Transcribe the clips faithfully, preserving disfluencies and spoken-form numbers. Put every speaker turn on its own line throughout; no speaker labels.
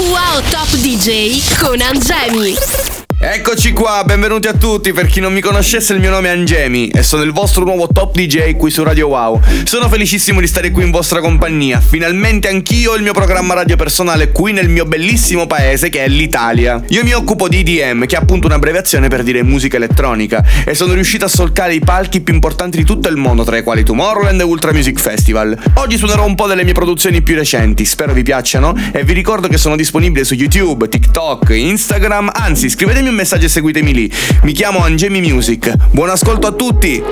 Wow Top D J con Angemi.
Eccoci qua, benvenuti a tutti. Per chi non mi conoscesse, il mio nome è Angemi e sono il vostro nuovo Top D J qui su Radio Wow. Sono felicissimo di stare qui in vostra compagnia. Finalmente anch'io ho il mio programma radio personale qui nel mio bellissimo paese che è l'Italia. Io mi occupo di E D M, che è appunto un'abbreviazione per dire musica elettronica, e sono riuscito a solcare i palchi più importanti di tutto il mondo, tra i quali Tomorrowland e Ultra Music Festival. Oggi suonerò un po' delle mie produzioni più recenti, spero vi piacciono, e vi ricordo che sono disponibile su YouTube, TikTok, Instagram, anzi scrivetemi un messaggio e seguitemi lì. Mi chiamo Angemi Music. Buon ascolto a tutti.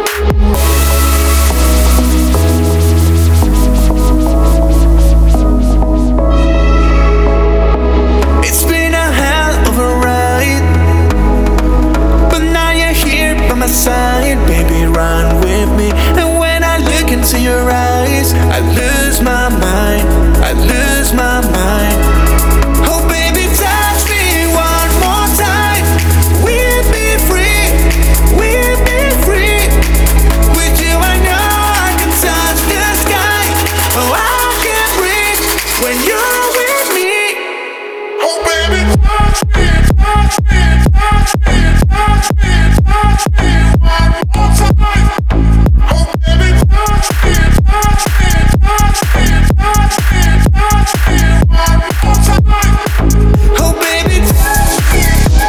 It's been a hell of a ride, but now you're here by my side. Baby, run with me. And when I look into your eyes, I lose my mind, I lose my mind. Oh baby, touch me one more time. We'll be free, we'll be free. With you I know I can touch the sky. Oh, I can breathe when you're with me. Oh baby, touch me, touch me, touch me, touch me, touch me one more time. Oh baby, touch me, touch me, touch me, touch me, touch me one more time. Oh baby, touch me.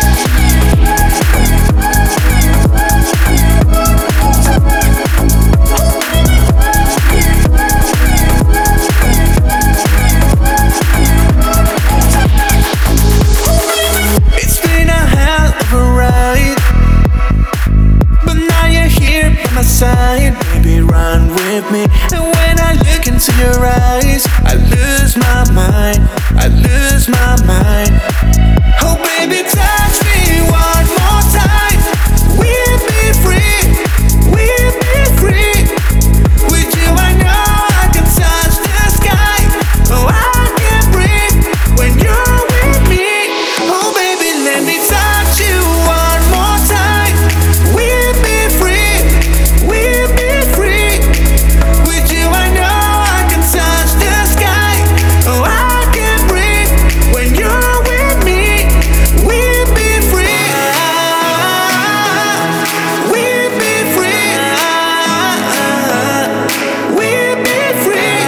It's been a hell of a ride, but now you're here by my side. Baby, run with me. And when I look into your eyes, I lose my mind, I lose my mind. Oh baby, touch me one more time. We'll be free, we'll be free. With you I know I can touch the sky. Oh, I can breathe when you're with me. Oh baby, let me touch you one more time. We'll be free, we'll be free. With you I know I can touch the sky. Oh, I can breathe when you're with me. We'll be free, we'll be free, we'll be free,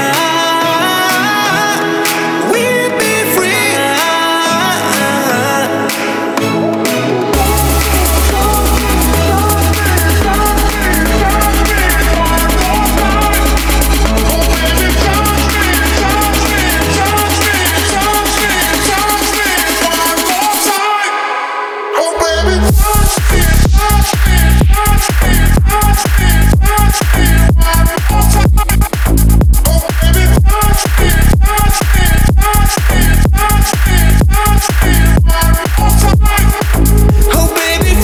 we'll be free. Oh baby,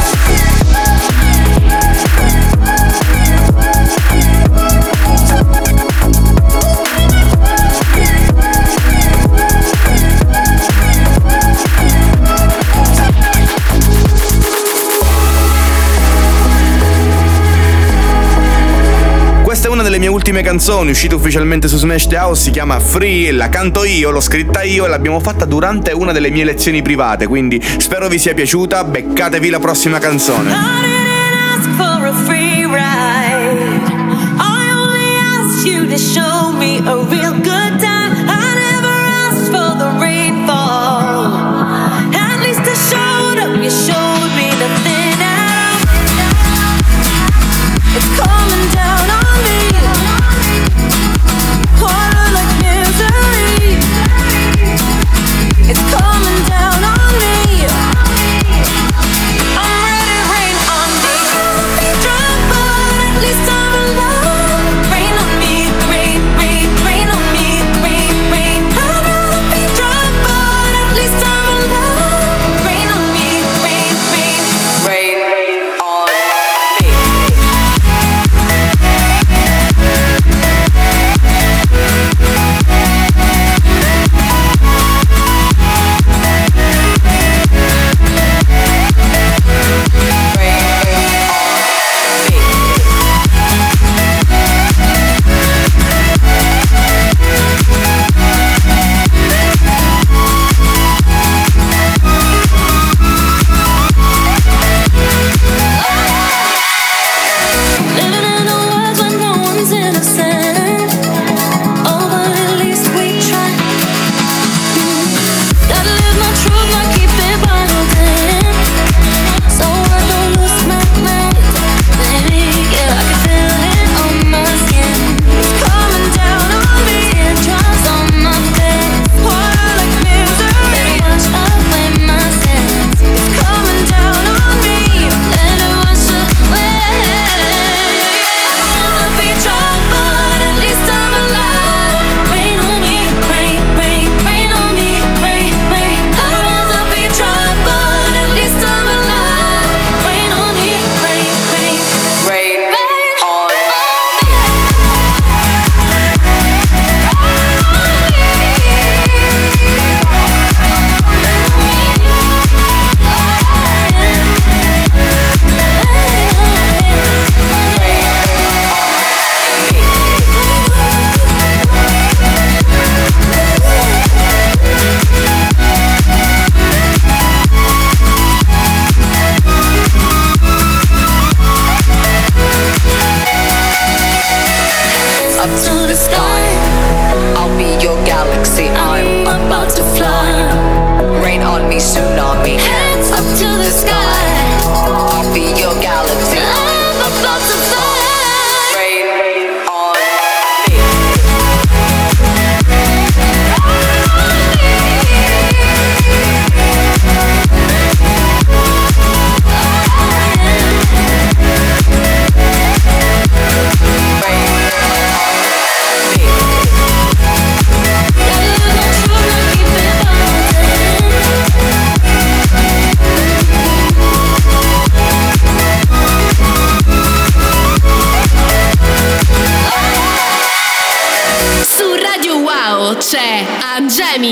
Questa è una delle mie ultime canzoni, uscita ufficialmente su Smash the House, si chiama Free, la canto io, l'ho scritta io e l'abbiamo fatta durante una delle mie lezioni private, quindi spero vi sia piaciuta, beccatevi la prossima canzone.
I didn't ask for a free ride. I only asked you to show me a real good time. I never asked for the rainfall. At least I showed up, you showed me nothing at all. It's coming down on me. Water like misery. It's coming down on me. I'm ready, rain on me. Drunk, but at least I'm alive. Rain on me, rain, rain, rain on me, rain.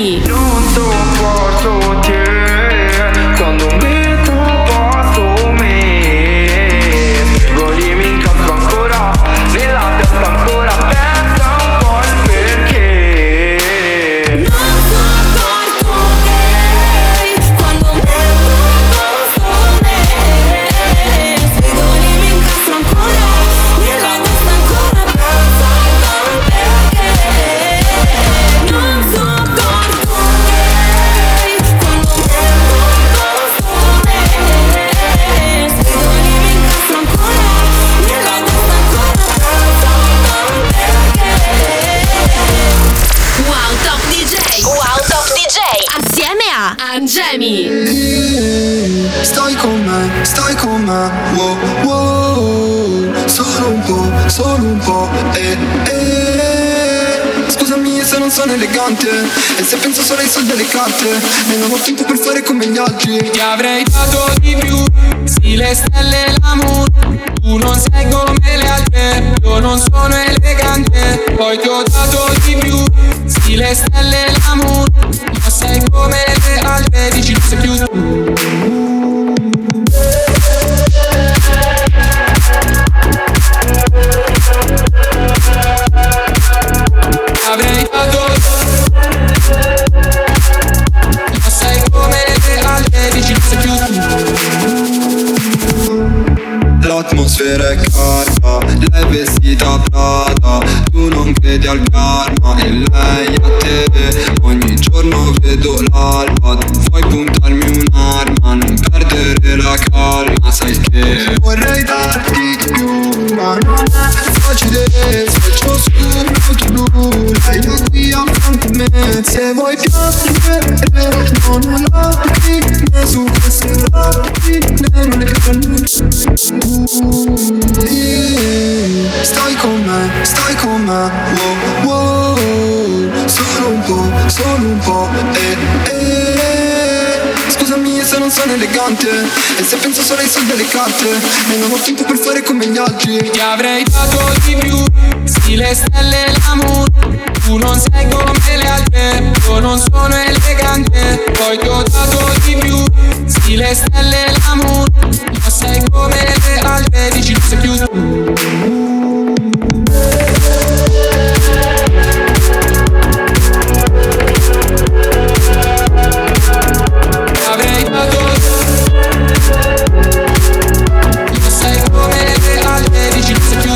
Angemi.
Non sopporto te quando metto a posto me. Spigoli mi incastro ancora, nella testa ancora pensa un po' il perché.
Non sopporto te quando metto a posto me. Spigoli mi incastro ancora, nella testa ancora pensa un po' il perché. Non sopporto te quando metto a posto me. Spigoli mi incastro ancora, nella testa ancora pensa un po' il perché.
Wow Top D J.
Wow Top D J.
Assieme a Angemi.
Stai con me, stai con me, wow, wow. Solo un po', solo un po', eh, eh. Scusami se non sono elegante, e se penso solo ai soldi e alle carte, e non ho tempo per fare come gli altri.
Ti avrei dato di più, sì le stelle e l'amore. Tu non sei come le altre, io non sono elegante. Poi ti ho dato di più, sì le stelle e l'amore. Non sei come le altre, dici tu sei più tu. Avrei dato, non sei come le altre, dici tu sei più tu.
L'atmosfera è carica, lei vestita Prada. Tu non credi al karma e lei a te. Ogni giorno vedo l'alba, tu vuoi puntarmi un'arma, non perdere la calma, sai che vorrei darti di più, ma non è facile. Se c'ho scuro tu blu, lei è qui a fianco a me. Se vuoi piangere, non ho lacrime su queste lacrime, non le fanno. Stai con me, stai con me, wow, wow. Solo un po', solo un po', eh, eh. Scusami se non sono elegante, e se penso solo ai soldi e alle carte, e non ho tempo per fare come gli altri.
Ti avrei dato di più, sì le stelle e l'amore. Tu non sei come le altre, io non sono elegante. Poi ti ho dato di più, sì le stelle e l'amore. Non sei come le altre, dici tu sei più tu. Avrei dato, non sei come le altre, dici tu sei più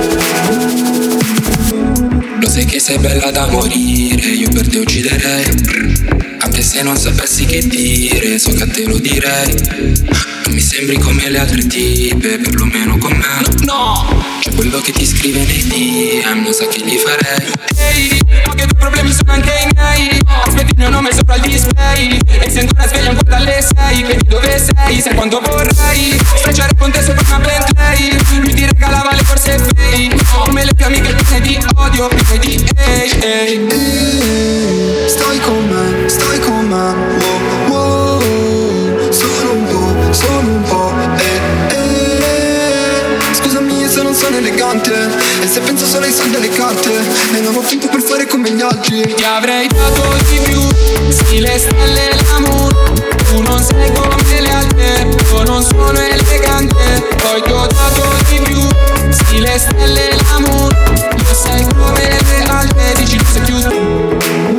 tu. Lo sai che sei bella da morire, io per te ucciderei. Anche se non sapessi che dire, so che a te lo direi. Non mi sembri come le altre tipe, perlomeno con me. No, c'è quello che ti scrive nei D M, non sa che gli farei. Ehi, ma che tuoi problemi sono anche i miei. Aspetti il mio nome sopra il display, e se ancora sveglia ancora alle sei. Vedi dove sei, sai quanto vorrei strecciare con te sopra una Bentley. Lui ti regalava le corse fake, come le tue amiche piene di odio, piene di ehi, ehi.
Stai con me, stai con me, wow, wow. Solo un po', solo un po', eh, eh. Scusami se non sono elegante, e se penso solo ai soldi e alle carte, e non ho tempo per fare come gli altri.
Ti avrei dato di più, sì le stelle e l'amore. Tu non sei come le altre, io non sono elegante. Poi ti ho dato di più, sì le stelle e l'amore. Non sei come le altre, dici tu sei più tu.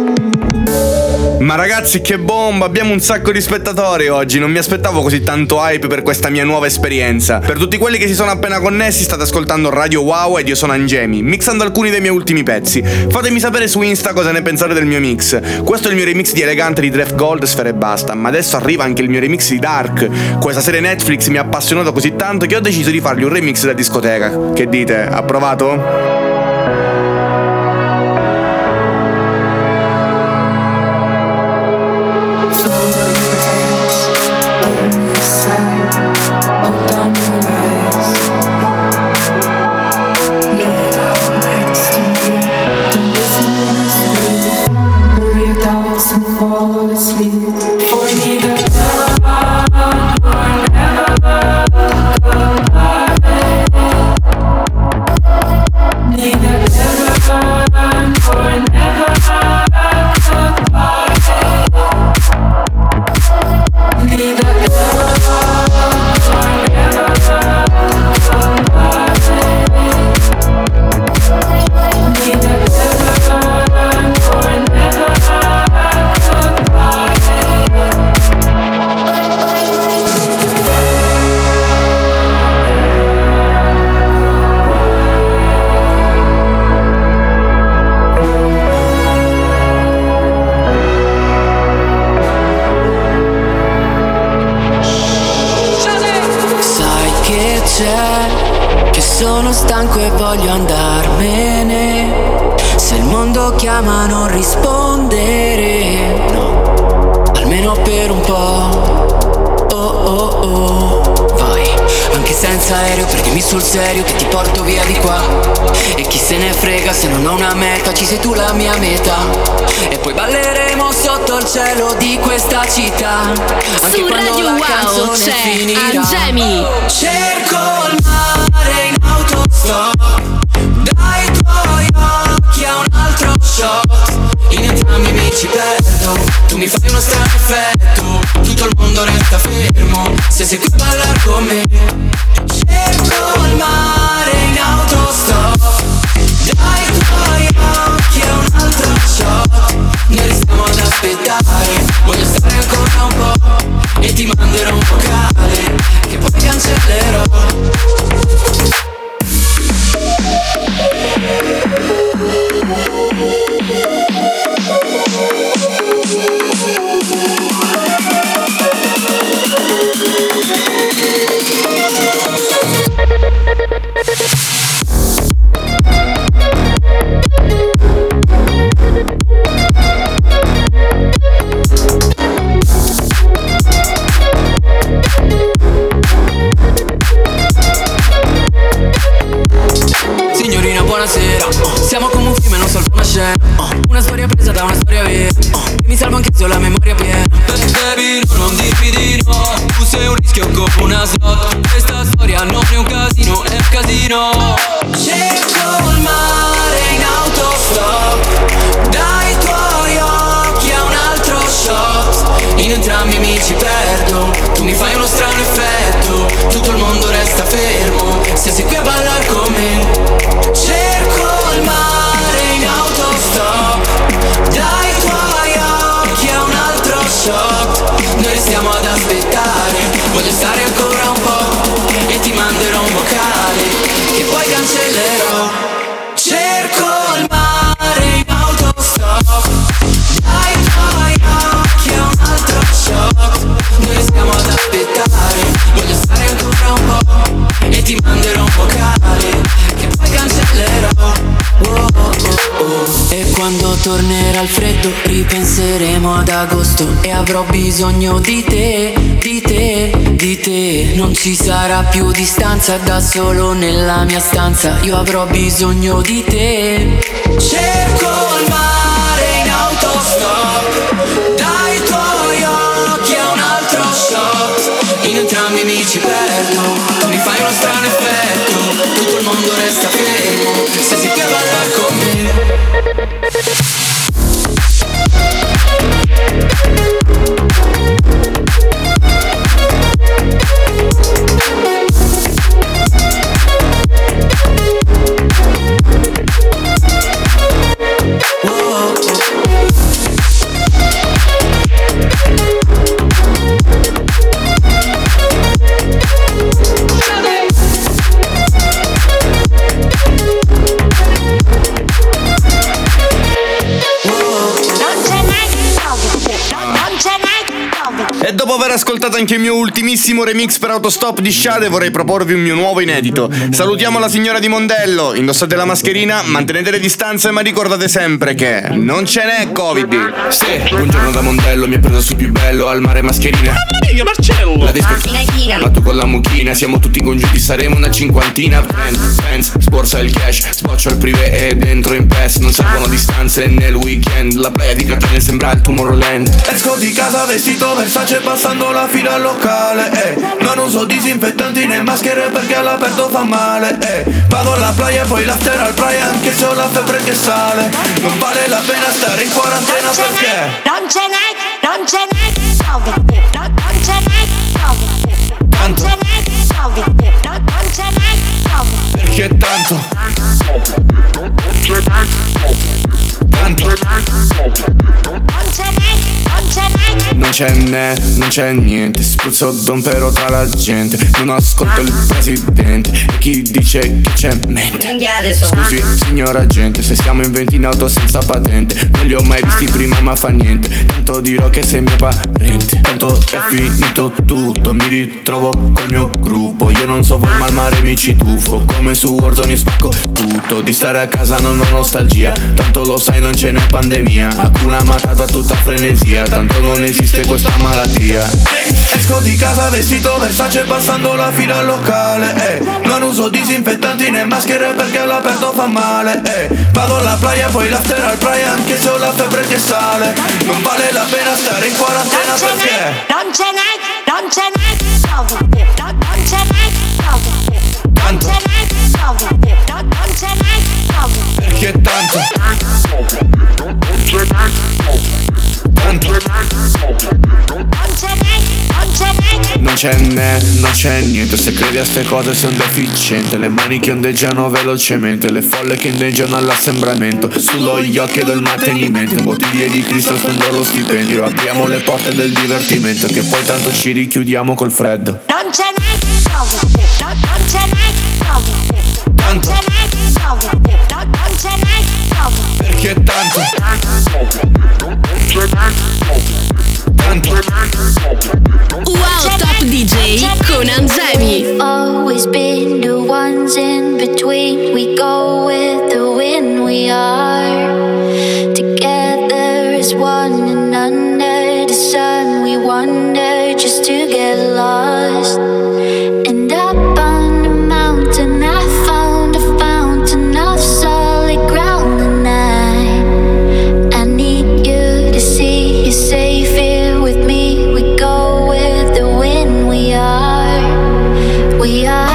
Ma ragazzi, che bomba, abbiamo un sacco di spettatori oggi. Non mi aspettavo così tanto hype per questa mia nuova esperienza. Per tutti quelli che si sono appena connessi, state ascoltando Radio Wow ed io sono Angemi, mixando alcuni dei miei ultimi pezzi. Fatemi sapere su Insta cosa ne pensate del mio mix. Questo è il mio remix di Elegante di Draft Gold, Sfera e Basta. Ma adesso arriva anche il mio remix di Dark. Questa serie Netflix mi ha appassionato così tanto che ho deciso di fargli un remix da discoteca. Che dite? Approvato?
Neither ever
sono stanco e voglio andarmene. Se il mondo chiama non rispondere, no, almeno per un po'. Oh oh oh, vai. Anche senza aereo, prendimi sul serio che ti porto via di qua. E chi se ne frega se non ho una meta, ci sei tu la mia meta. E poi balleremo sotto il cielo di questa città. Anche
Su
quando
Radio
la
Wow
canzone
c'è
finirà.
Angemi.
Cerco il mare in autostop, dai tuoi occhi a un altro shot. In entrambi mi ci perdo, tu mi fai uno strano effetto. Tutto il mondo resta fermo, se sei qui a ballar con me. Cerco il mare in autostop, dai tuoi occhi a un altro shot. Noi restiamo ad aspettare, voglio stare ancora un po'. E ti manderò un vocale, che poi cancellerò. Signorina buonasera, oh, siamo come un film e non salvo una scena, oh, una storia presa da una storia vera, oh, mi salvo anche se ho la memoria piena. Baby, no, non dirmi di no, tu sei un rischio come una slot. Questa storia non è un casino, è un casino. Cerco il mare in autostop, dai tuoi occhi a un altro shot. In entrambi mi ci perdo, tu mi fai uno strano effetto. Tutto il mondo resta fermo, se sei qui a ballar con me. Cerco il mare in autostop, dai tuoi occhi a un altro shot. Noi restiamo ad aspettare, voglio stare ancora un po'. E ti manderò un vocale, che poi cancellerò. Cerco il mare in autostop, dai tuoi occhi a un altro shot. Noi restiamo ad aspettare, voglio stare ancora un po'. E ti manderò un vocale, che poi cancellerò. Oh, oh, oh, oh. E quando tornerà il freddo ripenseremo ad agosto. E avrò bisogno di te, di te, di te. Non ci sarà più distanza, da solo nella mia stanza. Io avrò bisogno di te. Cerco il mare in autostop, dai tuoi occhi a un altro shot. In entrambi mi ci perdo, tu mi fai uno strano effetto. Tutto il mondo resta fermo, se si può ballare con me.
E dopo aver ascoltato anche il mio ultimissimo remix per Autostop di Shade, vorrei proporvi un mio nuovo inedito. Salutiamo la signora di Mondello, indossate la mascherina, mantenete le distanze, ma ricordate sempre che non ce n'è Covid. Sì, buongiorno da Mondello, mi ha preso su più bello, al mare mascherina. Marcello! La discoteca, ma tu con la mucchina, siamo tutti congiunti, saremo una cinquantina. Friends, sborsa il cash, sboccio al privé e dentro in pass. Non servono distanze nel weekend, la playa di Catania sembra il Tomorrowland.
Esco di casa vestito Versace passando la fila al locale, eh. Non uso disinfettanti né maschere perché all'aperto fa male, eh. Vado alla playa e poi l'after al playa anche se ho la febbre che sale. Non vale la pena stare in quarantena perché
non ce n'è, non ce n'è Covid, non, non ce n'è Covid, non ce n'è Covid, non, non ce n'è Covid.
Perché tanto Tanto
Non ce n'è, non ce n'è
Non c'è né, non c'è niente, spruzzo dompero tra la gente, non ascolto il presidente e chi dice che c'è mente. Scusi signor agente, se siamo in venti in auto senza patente, non li ho mai visti prima ma fa niente, tanto dirò che sei mio parente. Tanto è finito tutto, mi ritrovo col mio gruppo, io non so voi ma al mare mi ci tuffo, come su Warzone spacco tutto, di stare a casa non ho nostalgia, tanto lo sai non ce n'è pandemia, Hakuna Matata tutta frenesia, tanto non esiste questa malattia.
Esco di casa vestito Versace passando la fila al locale, eh. Non uso disinfettanti né maschere perché all'aperto fa male, eh. Vado alla playa poi l'after al Praia anche se ho la febbre che sale. Non vale la pena stare in quarantena perché
non ce n'è, non ce n'è soldi, non, non ce n'è soldi, non ce n'è soldi, non, non ce n'è soldi.
Perché tanto
Non ce n'è,
Tanto
non ce n'è, non ce n'è.
non c'è né, non c'è niente, se credi a ste cose sei un deficiente. Le mani che ondeggiano velocemente, le folle che ondeggiano all'assembramento, sullo yacht del mantenimento, bottiglie di Cristo spendo lo stipendio, apriamo le porte del divertimento che poi tanto ci richiudiamo col freddo.
Non ce n'è soldi, non, non ce n'è soldi, non ce n'è soldi, non, non ce n'è soldi.
Perché tanto Tanto
Wow Top D J con Anzemi.
We've always been the ones in between. We go with the wind. We are together as one, and under the sun we wander just to get lost. And up on the mountain I found a fountain of solid ground. And I, I need you to see you're safe here with me. We go with the wind. We are, we are,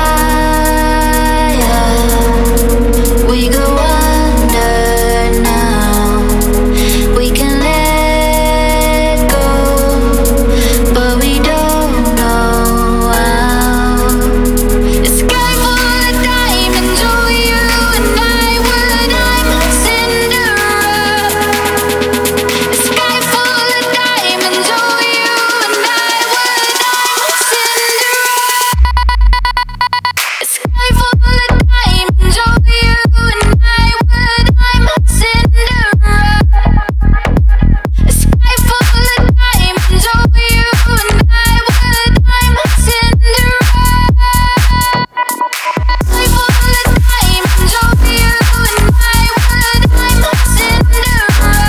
we go under now. We can let go, but we don't know how. The sky full of diamonds, oh you and I would, I'm Cinderella. The sky full of diamonds, oh you and I would, I'm Cinderella. The sky full of diamonds, oh you and I would, I'm Cinderella. The sky full of diamonds, oh you and I would, I'm Cinderella. Sky full of diamonds, oh you and I would, I'm Cinderella.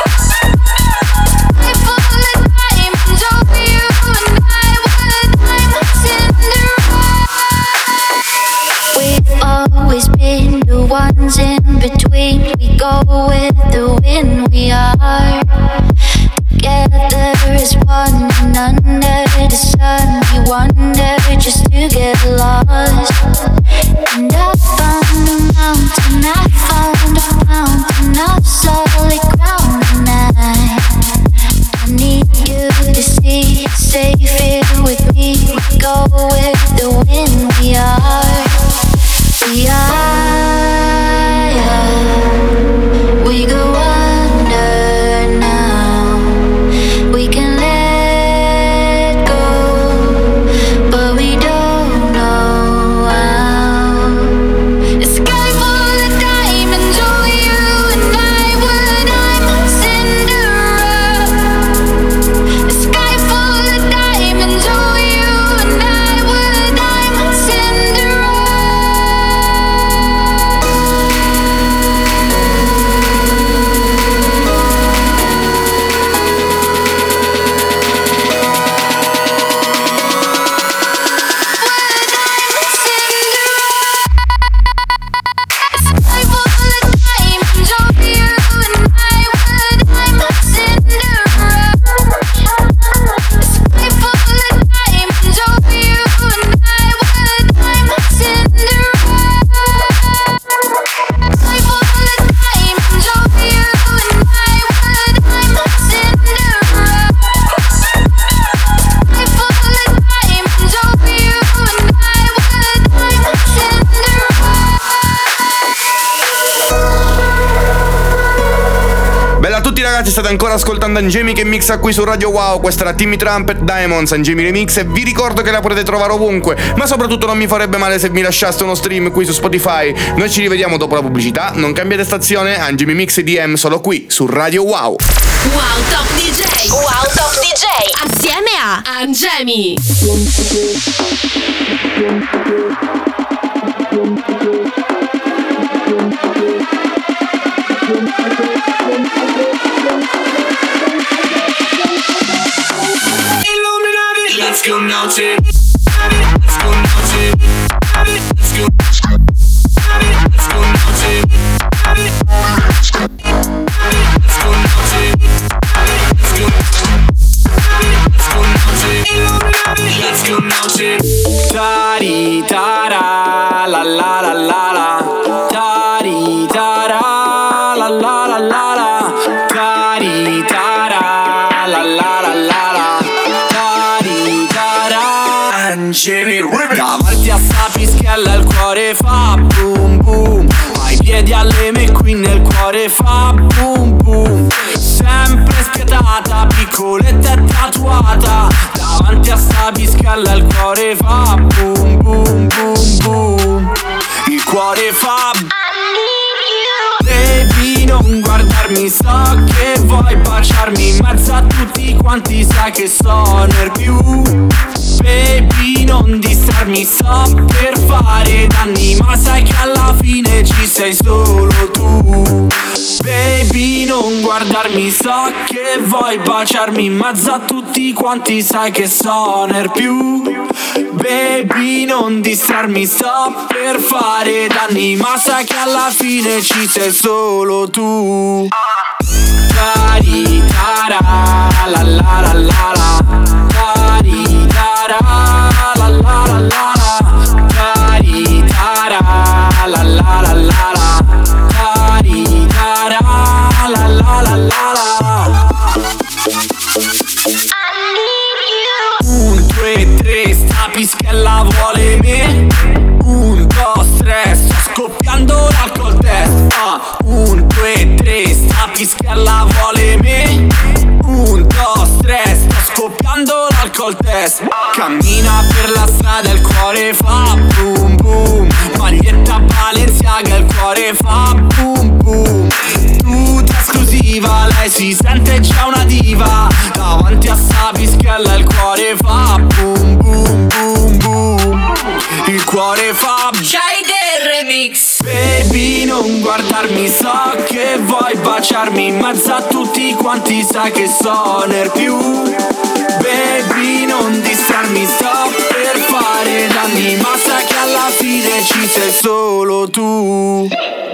Sky full of diamonds, oh you and I would, I'm Cinderella. We've always been the ones in between. We go with the wind. We are together as one, and under the sun we wander just to get lost. And up on the mountain I found a fountain of solid ground. And I, I need you to see you're safe here with me. We go with the wind. We are, we are, we go under now. We can let go, but we don't know how.
ragazzi, state ancora ascoltando Angemi che mixa qui su Radio Wow. Questa è la Timmy Trumpet Diamonds, Angemi Remix, e vi ricordo che la potete trovare ovunque, ma soprattutto non mi farebbe male se mi lasciaste uno stream qui su Spotify. Noi ci rivediamo dopo la pubblicità, non cambiate stazione, Angemi Mix e D M solo qui su Radio Wow.
Wow Top D J. Wow Top D J. Assieme a Angemi.
Let's go now, chick. Let's go now, chick. Let's go. Let's go now, chick. Let's go now, chick. Let's go. Let's go now, chick. Let's go now, chick.
Tari tara la la la la la. Tari tara la la la la la. Tari tara la la la la la. Davanti a sta pischella il cuore fa boom boom, ai piedi alle McQueen il cuore fa boom boom. Sempre spietata, piccoletta e tatuata, davanti a sta pischella il cuore fa boom boom boom boom. Il cuore fa baby, non guardarmi, so che vuoi baciarmi in mezzo a tutti quanti, sai che sono il più. Baby, non distrarmi, sto per fare danni, ma sai che alla fine ci sei solo tu. Baby, non guardarmi, so che vuoi baciarmi in mezzo a tutti quanti, sai che sono il più. Baby, non distrarmi, sto per fare danni, ma sai che alla fine ci sei solo tu. Tari tara la la la la la. Tari tara la la la la la. Tari tara la la la la la. Tari tara la la la la la. Un, due, tre, sta pischella vuole me. Un, due, tre, sto scoppiando l'alcol test. Ah, un, due, tre, sta pischella vuole me. Un, due, tre, sto scoppiando l'alcol test. Cammina per la strada, il cuore fa boom boom. Maglietta Balenciaga, il cuore fa boom boom. Tutta esclusiva, lei si sente già una diva. Davanti a sta pischella il cuore fa boom boom boom boom. Il cuore fa Shade Remix. Baby, non guardarmi, so che vuoi baciarmi in mezzo a tutti quanti, sai che sono il più. Baby, non distrarmi, sto per fare danni, ma sai che alla fine ci sei solo tu.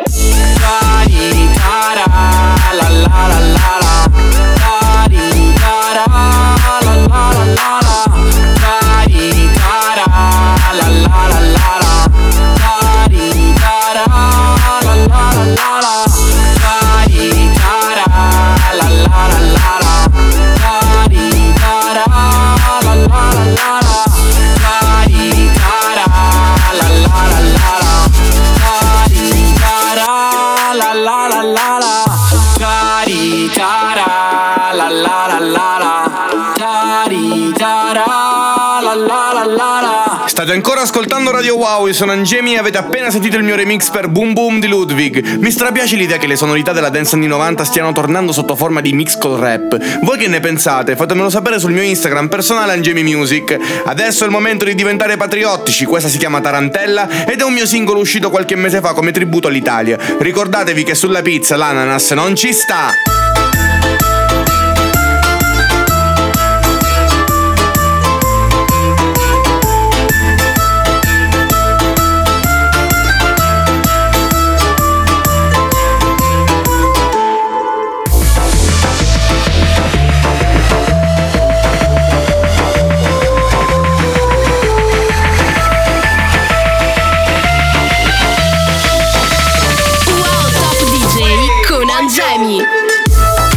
Tari tara la la la la la. Tari tara la la la la la. Tari tara la la la la la. Tari tara la la la la la. Tari tara la la la la la. Tari tara la la la la la. Tari tara la la la la la. Tari tara la la la la la. Tari tara la la la la la. Tari tara la la la la la.
State ancora ascoltando Radio Wow, io sono Angemi e avete appena sentito il mio remix per Boom Boom di Ludwig. Mi strapiace l'idea che le sonorità della dance anni novanta stiano tornando sotto forma di mix col rap. Voi che ne pensate? Fatemelo sapere sul mio Instagram personale Angemi Music. Adesso è il momento di diventare patriottici, questa si chiama Tarantella ed è un mio singolo uscito qualche mese fa come tributo all'Italia. Ricordatevi che sulla pizza l'ananas non ci sta.
Wow Top D J con Angemi.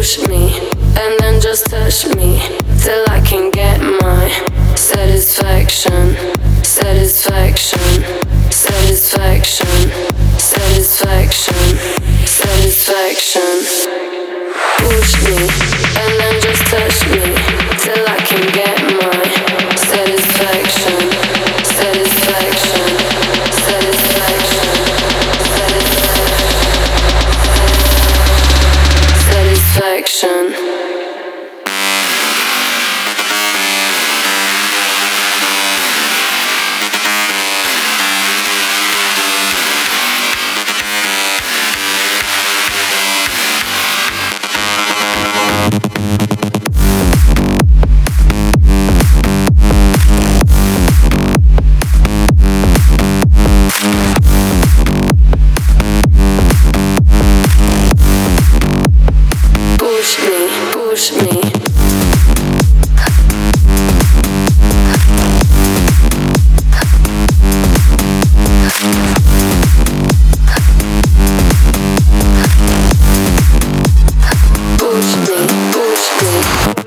Push me, and then just touch me till I can get my satisfaction, satisfaction, satisfaction, satisfaction, satisfaction. Push me, and then just touch me till I can get my satisfaction, satisfaction, satisfaction, satisfaction, satisfaction. Push me, push me. Push me, push me.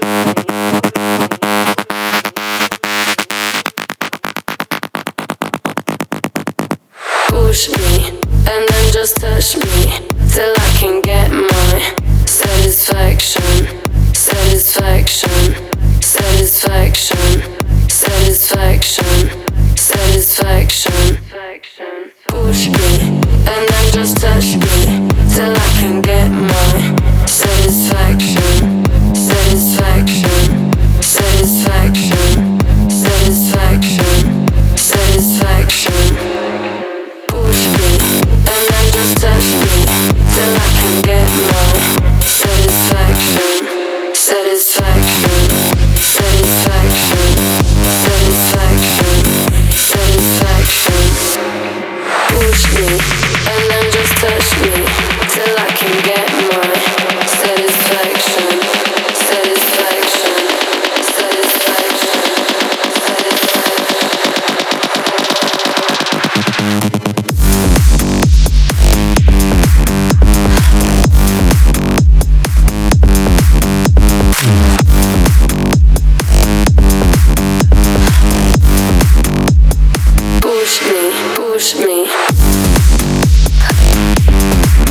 Push me, and then just touch me till I can get my satisfaction, satisfaction, satisfaction, satisfaction, satisfaction. Push me, and then just touch me till I can get my satisfaction, satisfaction, satisfaction, satisfaction, satisfaction. Push me, and then just touch me till I can get my satisfaction, satisfaction, satisfaction, satisfaction, satisfaction. Push me, and then just touch me till I can get my satisfaction, satisfaction, satisfaction, push me, push me.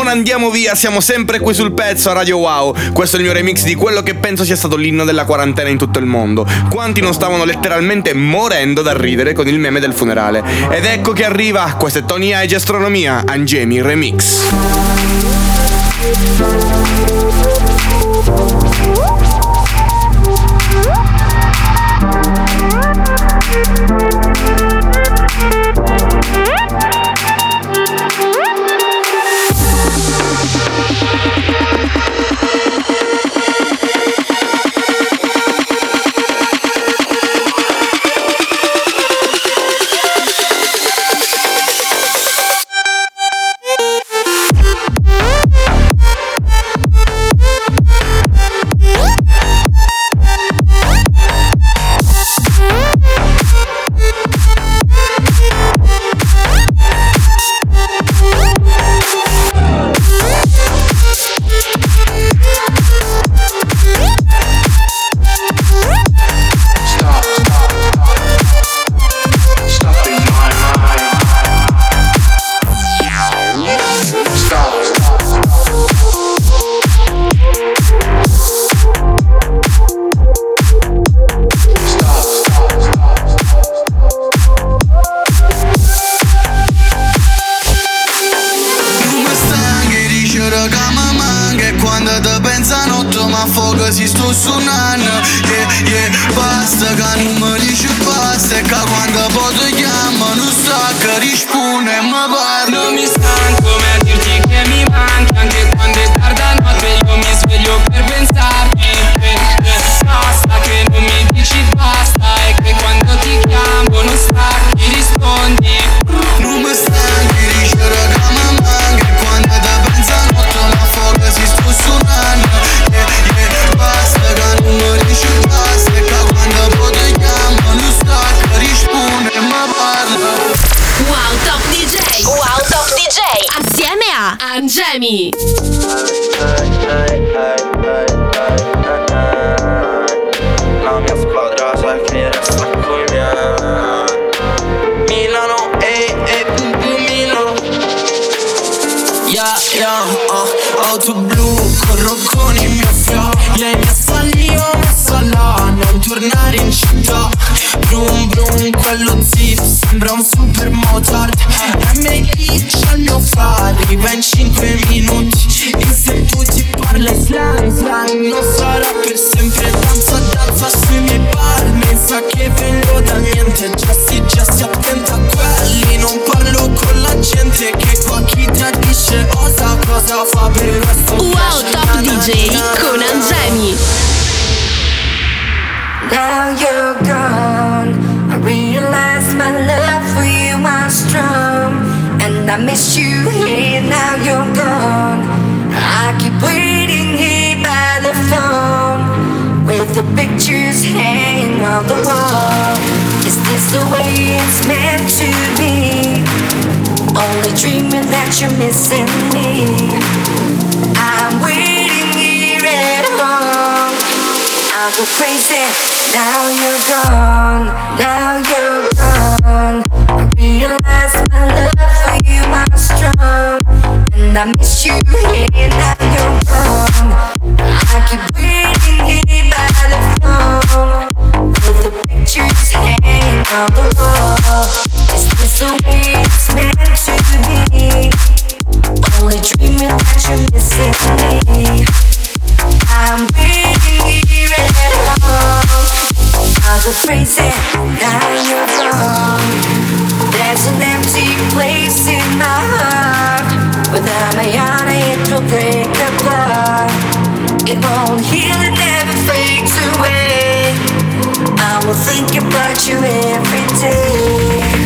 andiamo via, siamo sempre qui sul pezzo a Radio Wow. Questo è il mio remix di quello che penso sia stato l'inno della quarantena in tutto il mondo. Quanti non stavano letteralmente morendo da ridere con il meme del funerale. Ed ecco che arriva, questo è Tony Age Astronomia, Angemi Remix.
Angemi.
La mia squadra sai che resta con me. Milano, e e pum pum Milano.
Yeah, yeah, uh, auto blu, corro con il mio flow. Lei mi assaglia, io mi assalla, non tornare in città. Brum brum, quello zip sembra un super motard. M I c'ha il mio fare, arriva in cinque minuti. E se tu ti parli slang, slang non sarà per sempre. Danza, danza sui miei palmi, sa che vengo da niente. Già si, già si attenta a quelli. Non parlo con la gente, che qua chi tradisce osa, cosa fa per il resto.
Wow Top D J con Angemi.
Now you're gone, I realize my love for you was strong, and I miss you here, now you're gone. I keep waiting here by the phone, with the pictures hanging on the wall. Is this the way it's meant to be? Only dreaming that you're missing me. I'm waiting here at home, I go crazy. Now you're gone, now you're gone. I realize my love for you was strong, and I miss you here, now you're gone. I keep waiting here by the phone, with the pictures hanging on the wall. Is this the way it's meant to be? Only dreaming that you're missing me. I'm waiting here at home, I go crazy, now you're gone. There's an empty place in my heart, without my honor it will break apart. It won't heal, it never fades away. I will think about you every day.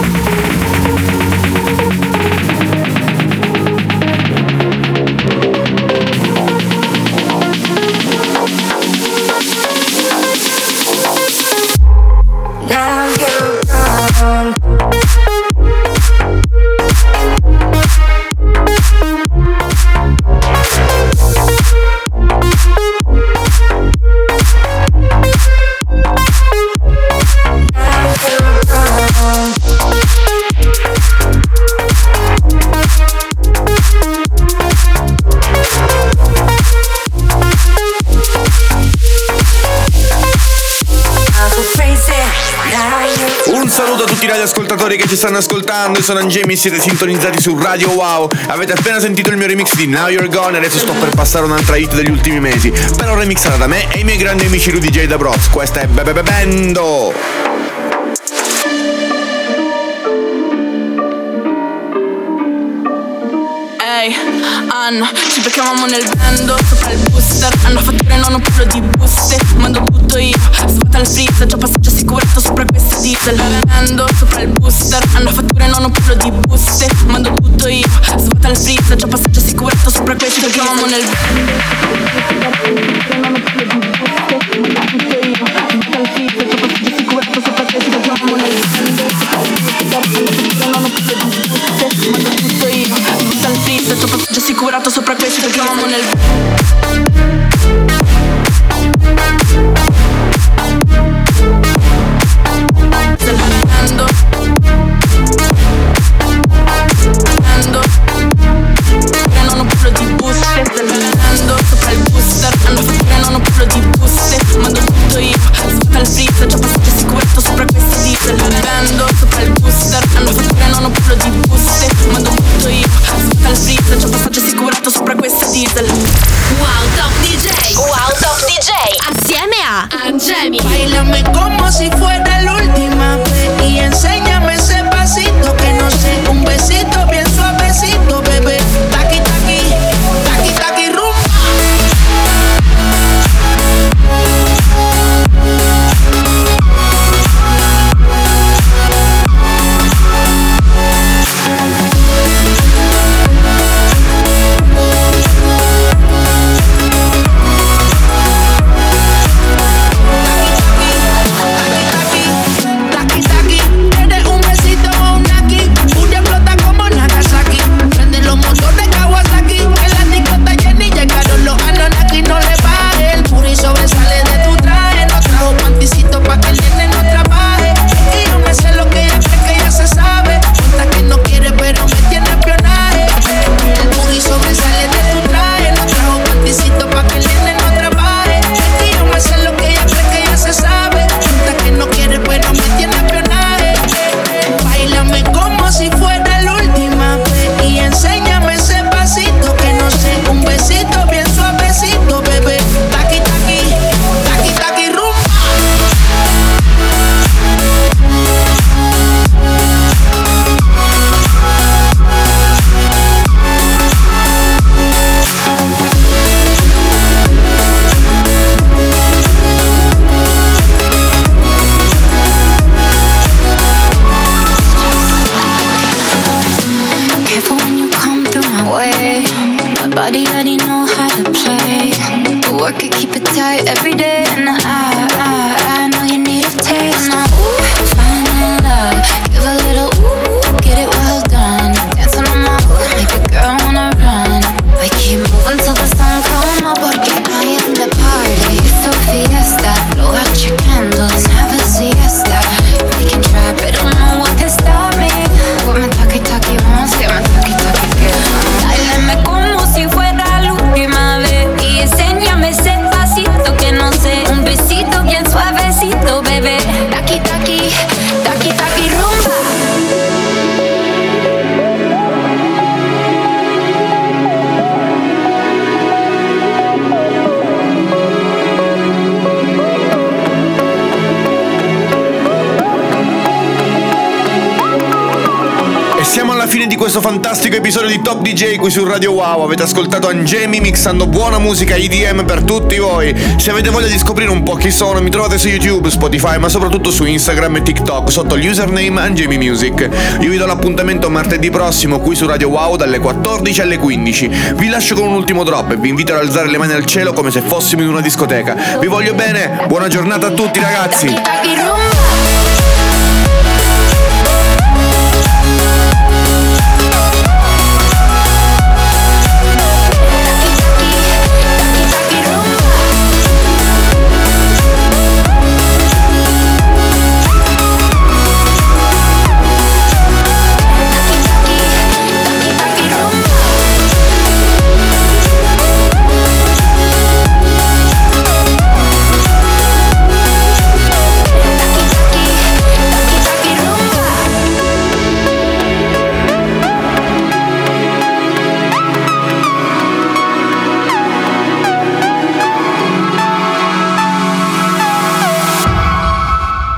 Now you're gone. Now you're gone.
saluto a tutti i radioascoltatori che ci stanno ascoltando. Io sono Angemi, siete sintonizzati su Radio Wow. Avete appena sentito il mio remix di Now You're Gone e adesso sto per passare un'altra hit degli ultimi mesi, però remixata da me e i miei grandi amici Rudy J da Broz. Questa è Bebe Bebendo.
Ehi, Anna, ci beccavamo nel bando sopra il booster. Hanno fatture non un pullo di buste. Mando tutto io, svuota il freezer. Già passaggio assicurato sopra queste diesel. Bando sopra il booster. Hanno fatture non un pullo di buste. Mando tutto io, svuota il freezer. Già passaggio assicurato sopra queste diesel. Ci beccavamo nel già assicurato sopra questo perché amo nel non ho pullo di buste andando sopra il booster hanno fatture non ho pullo di buste mando tutto io svuota il freezer già passaggio assicurato sopra questi diesel andando sopra il booster hanno fatture non ho pullo di buste mando tutto io svuota il freezer già passaggio assicurato sopra questi diesel.
Wow Top D J, Wow Top D J, assieme a Angemi.
Bailame como si fuera la última vez y enséñame ese pasito que no sé, un besito bien suavecito, bebé. Taqui taqui, taqui taqui rumba.
Questo fantastico episodio di Top D J qui su Radio Wow. Avete ascoltato Angemi mixando buona musica E D M per tutti voi. Se avete voglia di scoprire un po' chi sono, mi trovate su YouTube, Spotify, ma soprattutto su Instagram e TikTok sotto l'username Angemi Music. Io vi do l'appuntamento martedì prossimo qui su Radio Wow dalle quattordici alle quindici. Vi lascio con un ultimo drop e vi invito ad alzare le mani al cielo come se fossimo in una discoteca. Vi voglio bene, buona giornata a tutti ragazzi.